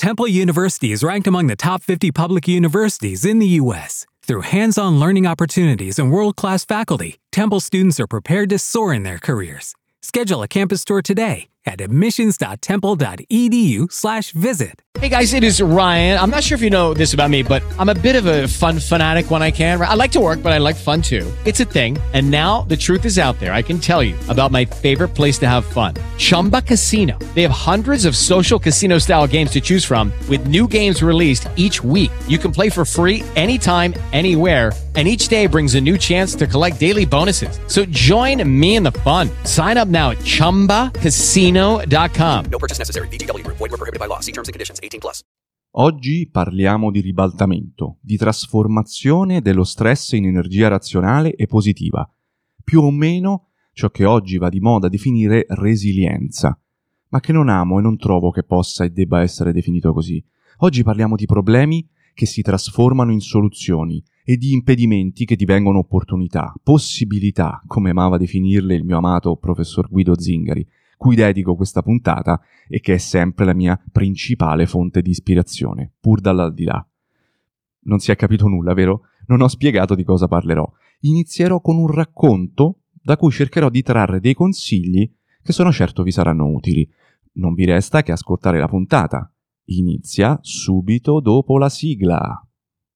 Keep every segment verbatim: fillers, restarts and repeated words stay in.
Temple University is ranked among the top fifty public universities in the U S. Through hands-on learning opportunities and world-class faculty, Temple students are prepared to soar in their careers. Schedule a campus tour today at admissions.temple.edu slash visit. Hey guys, it is Ryan. I'm not sure if you know this about me, but I'm a bit of a fun fanatic when I can. I like to work, but I like fun too. It's a thing. And now the truth is out there. I can tell you about my favorite place to have fun. Chumba Casino. They have hundreds of social casino style games to choose from with new games released each week. You can play for free anytime, anywhere. And each day brings a new chance to collect daily bonuses. So join me in the fun. Sign up now at chumba casino dot com. No purchase necessary. V G W Group. Void where prohibited by law. See terms and conditions. eighteen plus. Oggi parliamo di ribaltamento, di trasformazione dello stress in energia razionale e positiva. Più o meno ciò che oggi va di moda definire resilienza, ma che non amo e non trovo che possa e debba essere definito così. Oggi parliamo di problemi che si trasformano in soluzioni e di impedimenti che divengono opportunità, possibilità, come amava definirle il mio amato professor Guido Zingari, cui dedico questa puntata e che è sempre la mia principale fonte di ispirazione, pur dall'aldilà. Non si è capito nulla, vero? Non ho spiegato di cosa parlerò. Inizierò con un racconto da cui cercherò di trarre dei consigli che sono certo vi saranno utili. Non vi resta che ascoltare la puntata. Inizia subito dopo la sigla.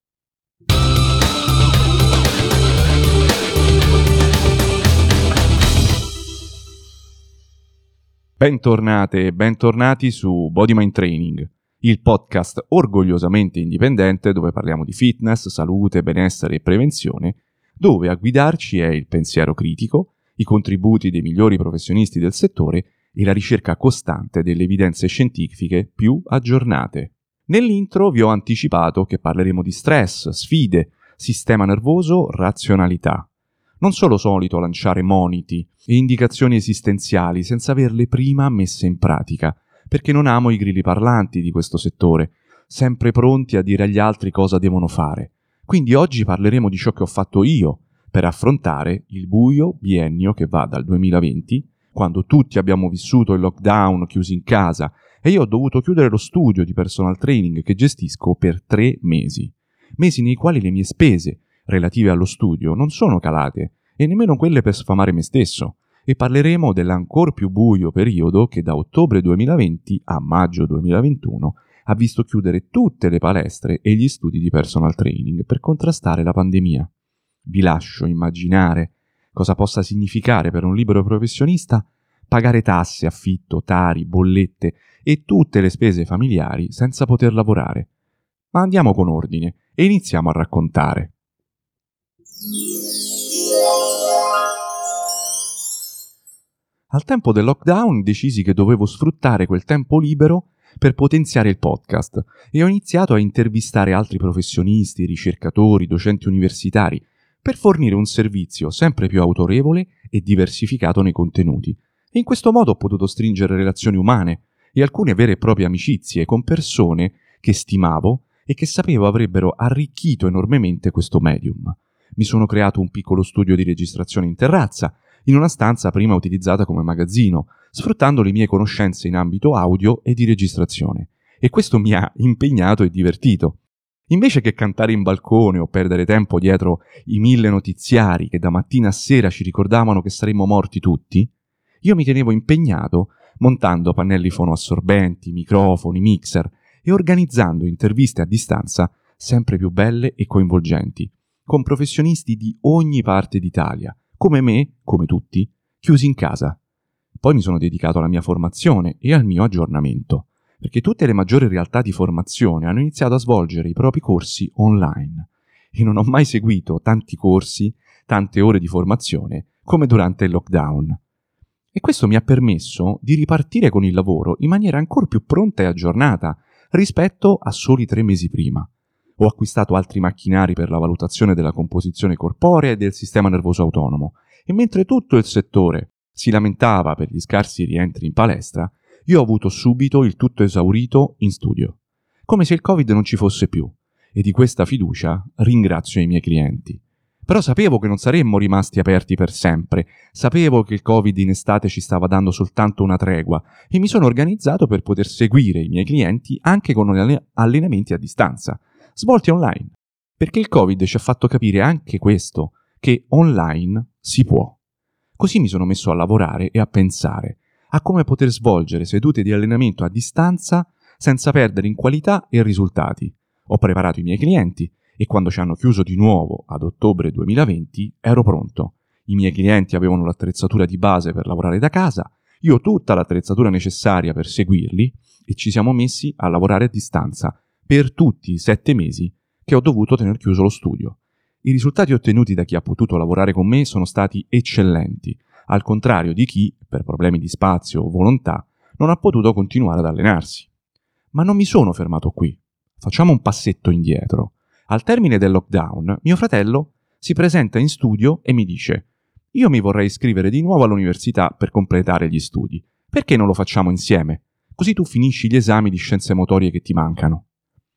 Bentornate e bentornati su Body Mind Training, il podcast orgogliosamente indipendente dove parliamo di fitness, salute, benessere e prevenzione, dove a guidarci è il pensiero critico, i contributi dei migliori professionisti del settore e la ricerca costante delle evidenze scientifiche più aggiornate. Nell'intro vi ho anticipato che parleremo di stress, sfide, sistema nervoso, razionalità. Non sono solito lanciare moniti e indicazioni esistenziali senza averle prima messe in pratica, perché non amo i grilli parlanti di questo settore, sempre pronti a dire agli altri cosa devono fare. Quindi oggi parleremo di ciò che ho fatto io per affrontare il buio biennio che va dal duemilaventi, quando tutti abbiamo vissuto il lockdown chiusi in casa e io ho dovuto chiudere lo studio di personal training che gestisco per tre mesi. Mesi nei quali le mie spese relative allo studio non sono calate e nemmeno quelle per sfamare me stesso, e parleremo dell'ancor più buio periodo che da ottobre duemilaventi a maggio duemilaventuno ha visto chiudere tutte le palestre e gli studi di personal training per contrastare la pandemia. Vi lascio immaginare cosa possa significare per un libero professionista pagare tasse, affitto, tari, bollette e tutte le spese familiari senza poter lavorare. Ma andiamo con ordine e iniziamo a raccontare. Al tempo del lockdown decisi che dovevo sfruttare quel tempo libero per potenziare il podcast e ho iniziato a intervistare altri professionisti, ricercatori, docenti universitari per fornire un servizio sempre più autorevole e diversificato nei contenuti. E in questo modo ho potuto stringere relazioni umane e alcune vere e proprie amicizie con persone che stimavo e che sapevo avrebbero arricchito enormemente questo medium. Mi sono creato un piccolo studio di registrazione in terrazza, in una stanza prima utilizzata come magazzino, sfruttando le mie conoscenze in ambito audio e di registrazione. E questo mi ha impegnato e divertito. Invece che cantare in balcone o perdere tempo dietro i mille notiziari che da mattina a sera ci ricordavano che saremmo morti tutti, io mi tenevo impegnato montando pannelli fonoassorbenti, microfoni, mixer e organizzando interviste a distanza sempre più belle e coinvolgenti, con professionisti di ogni parte d'Italia, come me, come tutti, chiusi in casa. Poi mi sono dedicato alla mia formazione e al mio aggiornamento, perché tutte le maggiori realtà di formazione hanno iniziato a svolgere i propri corsi online e non ho mai seguito tanti corsi, tante ore di formazione come durante il lockdown. E questo mi ha permesso di ripartire con il lavoro in maniera ancora più pronta e aggiornata rispetto a soli tre mesi prima. Ho acquistato altri macchinari per la valutazione della composizione corporea e del sistema nervoso autonomo, e mentre tutto il settore si lamentava per gli scarsi rientri in palestra, io ho avuto subito il tutto esaurito in studio, come se il Covid non ci fosse più, e di questa fiducia ringrazio i miei clienti. Però sapevo che non saremmo rimasti aperti per sempre, sapevo che il Covid in estate ci stava dando soltanto una tregua e mi sono organizzato per poter seguire i miei clienti anche con allenamenti a distanza, svolti online, perché il Covid ci ha fatto capire anche questo, che online si può. Così mi sono messo a lavorare e a pensare a come poter svolgere sedute di allenamento a distanza senza perdere in qualità e risultati. Ho preparato i miei clienti e quando ci hanno chiuso di nuovo ad ottobre duemilaventi ero pronto. I miei clienti avevano l'attrezzatura di base per lavorare da casa, io tutta l'attrezzatura necessaria per seguirli e ci siamo messi a lavorare a distanza per tutti i sette mesi che ho dovuto tener chiuso lo studio. I risultati ottenuti da chi ha potuto lavorare con me sono stati eccellenti, al contrario di chi, per problemi di spazio o volontà, non ha potuto continuare ad allenarsi. Ma non mi sono fermato qui. Facciamo un passetto indietro. Al termine del lockdown, mio fratello si presenta in studio e mi dice: «Io mi vorrei iscrivere di nuovo all'università per completare gli studi. Perché non lo facciamo insieme? Così tu finisci gli esami di scienze motorie che ti mancano».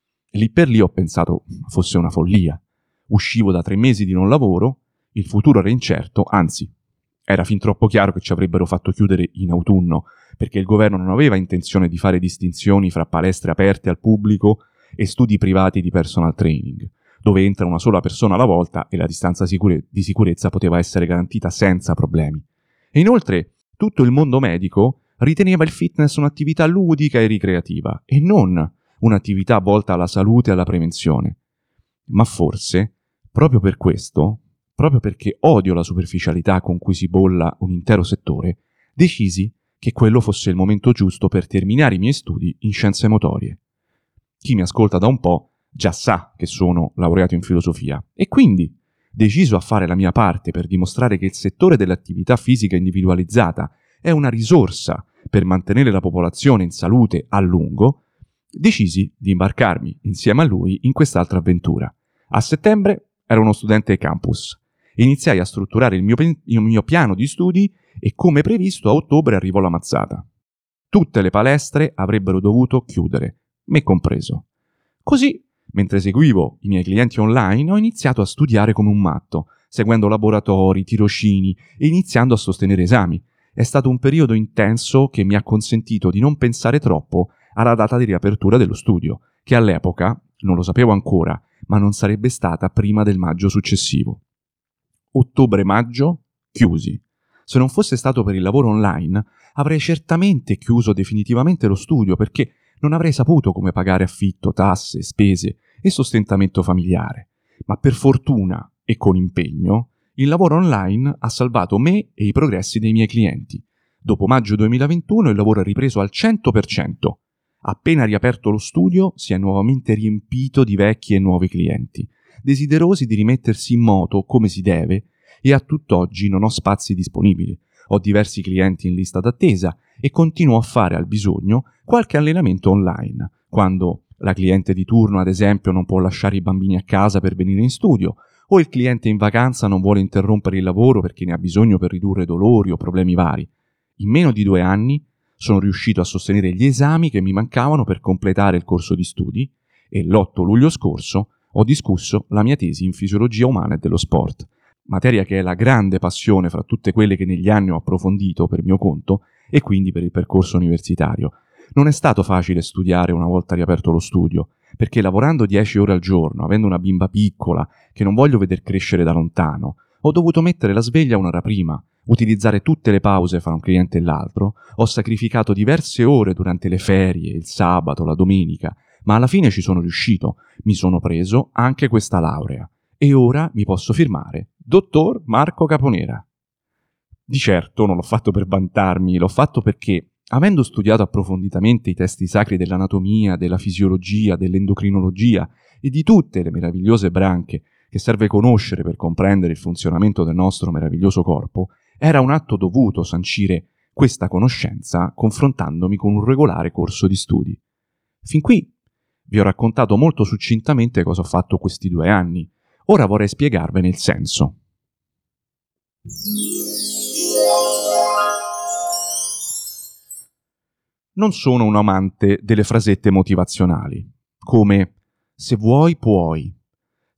Lì per lì ho pensato fosse una follia. Uscivo da tre mesi di non lavoro, il futuro era incerto, anzi, era fin troppo chiaro che ci avrebbero fatto chiudere in autunno, perché il governo non aveva intenzione di fare distinzioni fra palestre aperte al pubblico e studi privati di personal training, dove entra una sola persona alla volta e la distanza sicure- di sicurezza poteva essere garantita senza problemi. E inoltre, tutto il mondo medico riteneva il fitness un'attività ludica e ricreativa, e non un'attività volta alla salute e alla prevenzione. Ma forse, proprio per questo, proprio perché odio la superficialità con cui si bolla un intero settore, decisi che quello fosse il momento giusto per terminare i miei studi in scienze motorie. Chi mi ascolta da un po' già sa che sono laureato in filosofia e quindi, deciso a fare la mia parte per dimostrare che il settore dell'attività fisica individualizzata è una risorsa per mantenere la popolazione in salute a lungo, decisi di imbarcarmi insieme a lui in quest'altra avventura. A settembre ero uno studente ai campus. Iniziai a strutturare il mio, pen- il mio piano di studi e come previsto a ottobre arrivò la mazzata. Tutte le palestre avrebbero dovuto chiudere, me compreso. Così, mentre seguivo i miei clienti online, ho iniziato a studiare come un matto, seguendo laboratori, tirocini e iniziando a sostenere esami. È stato un periodo intenso che mi ha consentito di non pensare troppo alla data di riapertura dello studio, che all'epoca, non lo sapevo ancora, ma non sarebbe stata prima del maggio successivo. Ottobre-maggio, chiusi. Se non fosse stato per il lavoro online, avrei certamente chiuso definitivamente lo studio perché non avrei saputo come pagare affitto, tasse, spese e sostentamento familiare. Ma per fortuna e con impegno, il lavoro online ha salvato me e i progressi dei miei clienti. Dopo maggio duemilaventuno il lavoro è ripreso al cento per cento. Appena riaperto lo studio, si è nuovamente riempito di vecchi e nuovi clienti, desiderosi di rimettersi in moto come si deve, e a tutt'oggi non ho spazi disponibili. Ho diversi clienti in lista d'attesa e continuo a fare al bisogno qualche allenamento online, quando la cliente di turno, ad esempio, non può lasciare i bambini a casa per venire in studio, o il cliente in vacanza non vuole interrompere il lavoro perché ne ha bisogno per ridurre dolori o problemi vari. In meno di due anni sono riuscito a sostenere gli esami che mi mancavano per completare il corso di studi e l'otto luglio scorso ho discusso la mia tesi in fisiologia umana e dello sport, materia che è la grande passione fra tutte quelle che negli anni ho approfondito per mio conto e quindi per il percorso universitario. Non è stato facile studiare una volta riaperto lo studio, perché lavorando dieci ore al giorno, avendo una bimba piccola che non voglio veder crescere da lontano, ho dovuto mettere la sveglia un'ora prima, utilizzare tutte le pause fra un cliente e l'altro, ho sacrificato diverse ore durante le ferie, il sabato, la domenica, ma alla fine ci sono riuscito, mi sono preso anche questa laurea e ora mi posso firmare Dottor Marco Caponera. Di certo non l'ho fatto per vantarmi, l'ho fatto perché, avendo studiato approfonditamente i testi sacri dell'anatomia, della fisiologia, dell'endocrinologia e di tutte le meravigliose branche che serve conoscere per comprendere il funzionamento del nostro meraviglioso corpo, era un atto dovuto sancire questa conoscenza confrontandomi con un regolare corso di studi. Fin qui vi ho raccontato molto succintamente cosa ho fatto questi due anni. Ora vorrei spiegarvene il senso. Non sono un amante delle frasette motivazionali, come «se vuoi puoi»,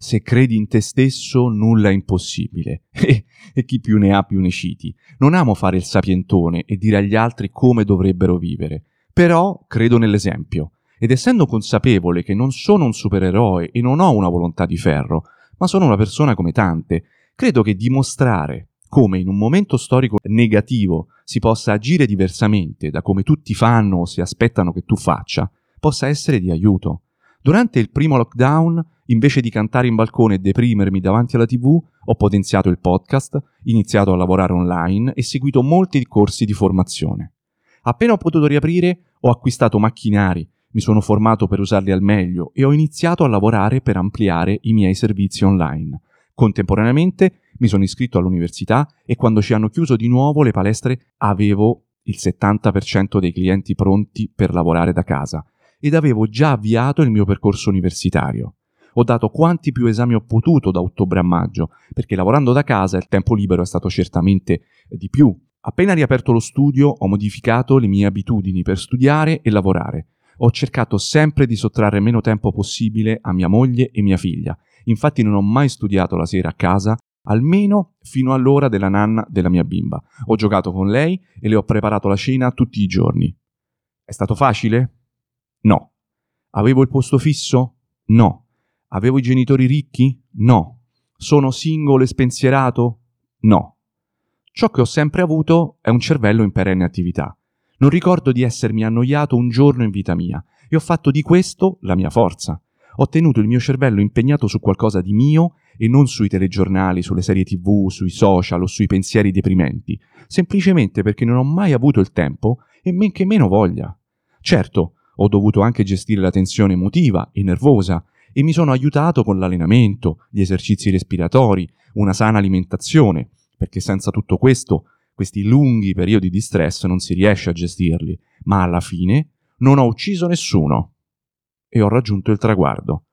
se credi in te stesso nulla è impossibile. E chi più ne ha più ne citi. Non amo fare il sapientone e dire agli altri come dovrebbero vivere, però credo nell'esempio. Ed essendo consapevole che non sono un supereroe e non ho una volontà di ferro, ma sono una persona come tante, credo che dimostrare come in un momento storico negativo si possa agire diversamente da come tutti fanno o si aspettano che tu faccia, possa essere di aiuto. Durante il primo lockdown, invece di cantare in balcone e deprimermi davanti alla tivù, ho potenziato il podcast, iniziato a lavorare online e seguito molti corsi di formazione. Appena ho potuto riaprire, ho acquistato macchinari, mi sono formato per usarli al meglio e ho iniziato a lavorare per ampliare i miei servizi online. Contemporaneamente mi sono iscritto all'università e quando ci hanno chiuso di nuovo le palestre avevo il settanta per cento dei clienti pronti per lavorare da casa ed avevo già avviato il mio percorso universitario. Ho dato quanti più esami ho potuto da ottobre a maggio, perché lavorando da casa il tempo libero è stato certamente di più. Appena riaperto lo studio ho modificato le mie abitudini per studiare e lavorare. Ho cercato sempre di sottrarre meno tempo possibile a mia moglie e mia figlia. Infatti non ho mai studiato la sera a casa, almeno fino all'ora della nanna della mia bimba. Ho giocato con lei e le ho preparato la cena tutti i giorni. È stato facile? No. Avevo il posto fisso? No. Avevo i genitori ricchi? No. Sono singolo e spensierato? No. Ciò che ho sempre avuto è un cervello in perenne attività. Non ricordo di essermi annoiato un giorno in vita mia e ho fatto di questo la mia forza. Ho tenuto il mio cervello impegnato su qualcosa di mio e non sui telegiornali, sulle serie tivù, sui social o sui pensieri deprimenti, semplicemente perché non ho mai avuto il tempo e men che meno voglia. Certo, ho dovuto anche gestire la tensione emotiva e nervosa e mi sono aiutato con l'allenamento, gli esercizi respiratori, una sana alimentazione, perché senza tutto questo, questi lunghi periodi di stress non si riesce a gestirli, ma alla fine non ho ucciso nessuno e ho raggiunto il traguardo.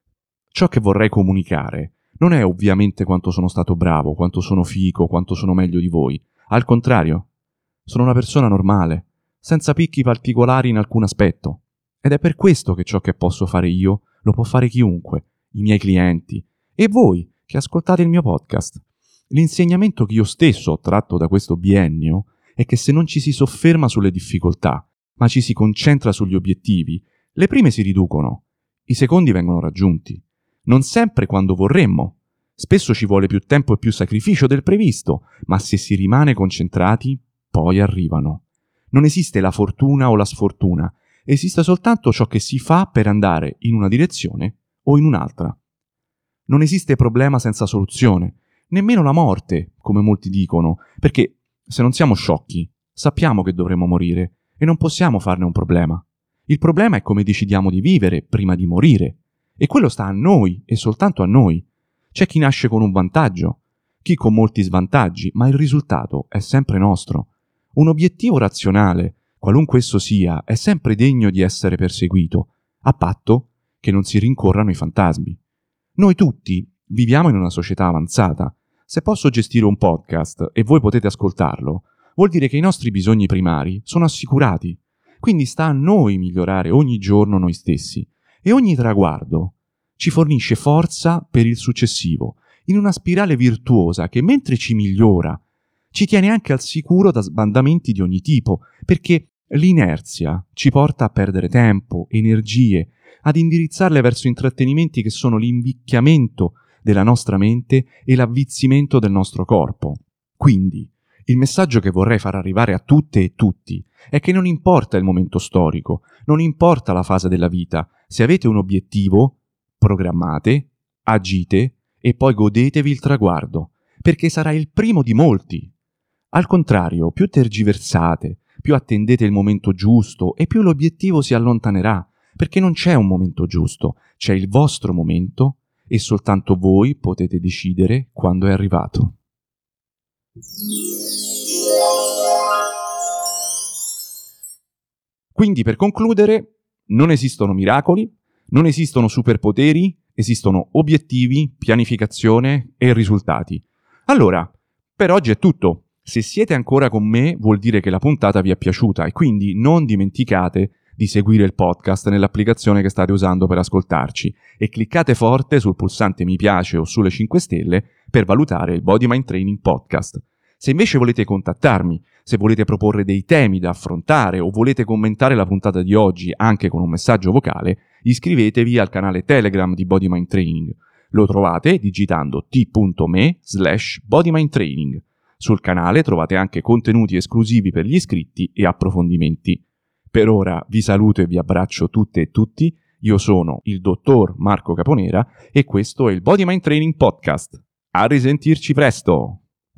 Ciò che vorrei comunicare non è ovviamente quanto sono stato bravo, quanto sono fico, quanto sono meglio di voi. Al contrario, sono una persona normale, senza picchi particolari in alcun aspetto. Ed è per questo che ciò che posso fare io lo può fare chiunque, i miei clienti e voi che ascoltate il mio podcast. L'insegnamento che io stesso ho tratto da questo biennio è che se non ci si sofferma sulle difficoltà, ma ci si concentra sugli obiettivi, le prime si riducono, i secondi vengono raggiunti. Non sempre quando vorremmo. Spesso ci vuole più tempo e più sacrificio del previsto, ma se si rimane concentrati, poi arrivano. Non esiste la fortuna o la sfortuna, esiste soltanto ciò che si fa per andare in una direzione o in un'altra. Non esiste problema senza soluzione, nemmeno la morte, come molti dicono, perché se non siamo sciocchi, sappiamo che dovremo morire e non possiamo farne un problema. Il problema è come decidiamo di vivere prima di morire, e quello sta a noi e soltanto a noi. C'è chi nasce con un vantaggio, chi con molti svantaggi, ma il risultato è sempre nostro. Un obiettivo razionale, qualunque esso sia, è sempre degno di essere perseguito, a patto che non si rincorrano i fantasmi. Noi tutti viviamo in una società avanzata. Se posso gestire un podcast e voi potete ascoltarlo, vuol dire che i nostri bisogni primari sono assicurati. Quindi sta a noi migliorare ogni giorno noi stessi e ogni traguardo ci fornisce forza per il successivo, in una spirale virtuosa che mentre ci migliora, ci tiene anche al sicuro da sbandamenti di ogni tipo, perché l'inerzia ci porta a perdere tempo, energie, ad indirizzarle verso intrattenimenti che sono l'invecchiamento della nostra mente e l'avvizzimento del nostro corpo. Quindi, il messaggio che vorrei far arrivare a tutte e tutti è che non importa il momento storico, non importa la fase della vita, se avete un obiettivo, programmate, agite e poi godetevi il traguardo, perché sarà il primo di molti. Al contrario, più tergiversate, più attendete il momento giusto e più l'obiettivo si allontanerà, perché non c'è un momento giusto, c'è il vostro momento e soltanto voi potete decidere quando è arrivato. Quindi, per concludere, non esistono miracoli, non esistono superpoteri, esistono obiettivi, pianificazione e risultati. Allora, per oggi è tutto. Se siete ancora con me, vuol dire che la puntata vi è piaciuta e quindi non dimenticate di seguire il podcast nell'applicazione che state usando per ascoltarci e cliccate forte sul pulsante mi piace o sulle cinque stelle per valutare il Body Mind Training Podcast. Se invece volete contattarmi, se volete proporre dei temi da affrontare o volete commentare la puntata di oggi anche con un messaggio vocale, iscrivetevi al canale Telegram di Body Mind Training. Lo trovate digitando t.me slash bodymindtraining. Sul canale trovate anche contenuti esclusivi per gli iscritti e approfondimenti. Per ora vi saluto e vi abbraccio tutte e tutti. Io sono il dottor Marco Caponera e questo è il Body Mind Training Podcast. A risentirci presto!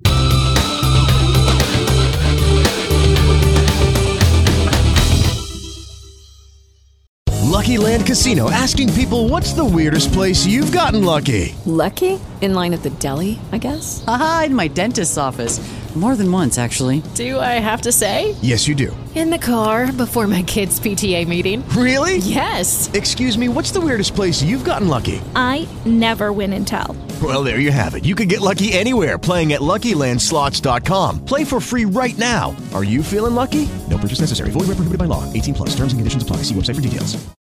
Lucky Land Casino, asking people, what's the weirdest place you've gotten lucky? Lucky? In line at the deli, I guess? Aha, in my dentist's office. More than once, actually. Do I have to say? Yes, you do. In the car before my kids' P T A meeting. Really? Yes. Excuse me, what's the weirdest place you've gotten lucky? I never win and tell. Well, there you have it. You can get lucky anywhere, playing at Lucky Land Slots dot com. Play for free right now. Are you feeling lucky? No purchase necessary. Void where prohibited by law. eighteen plus. Terms and conditions apply. See website for details.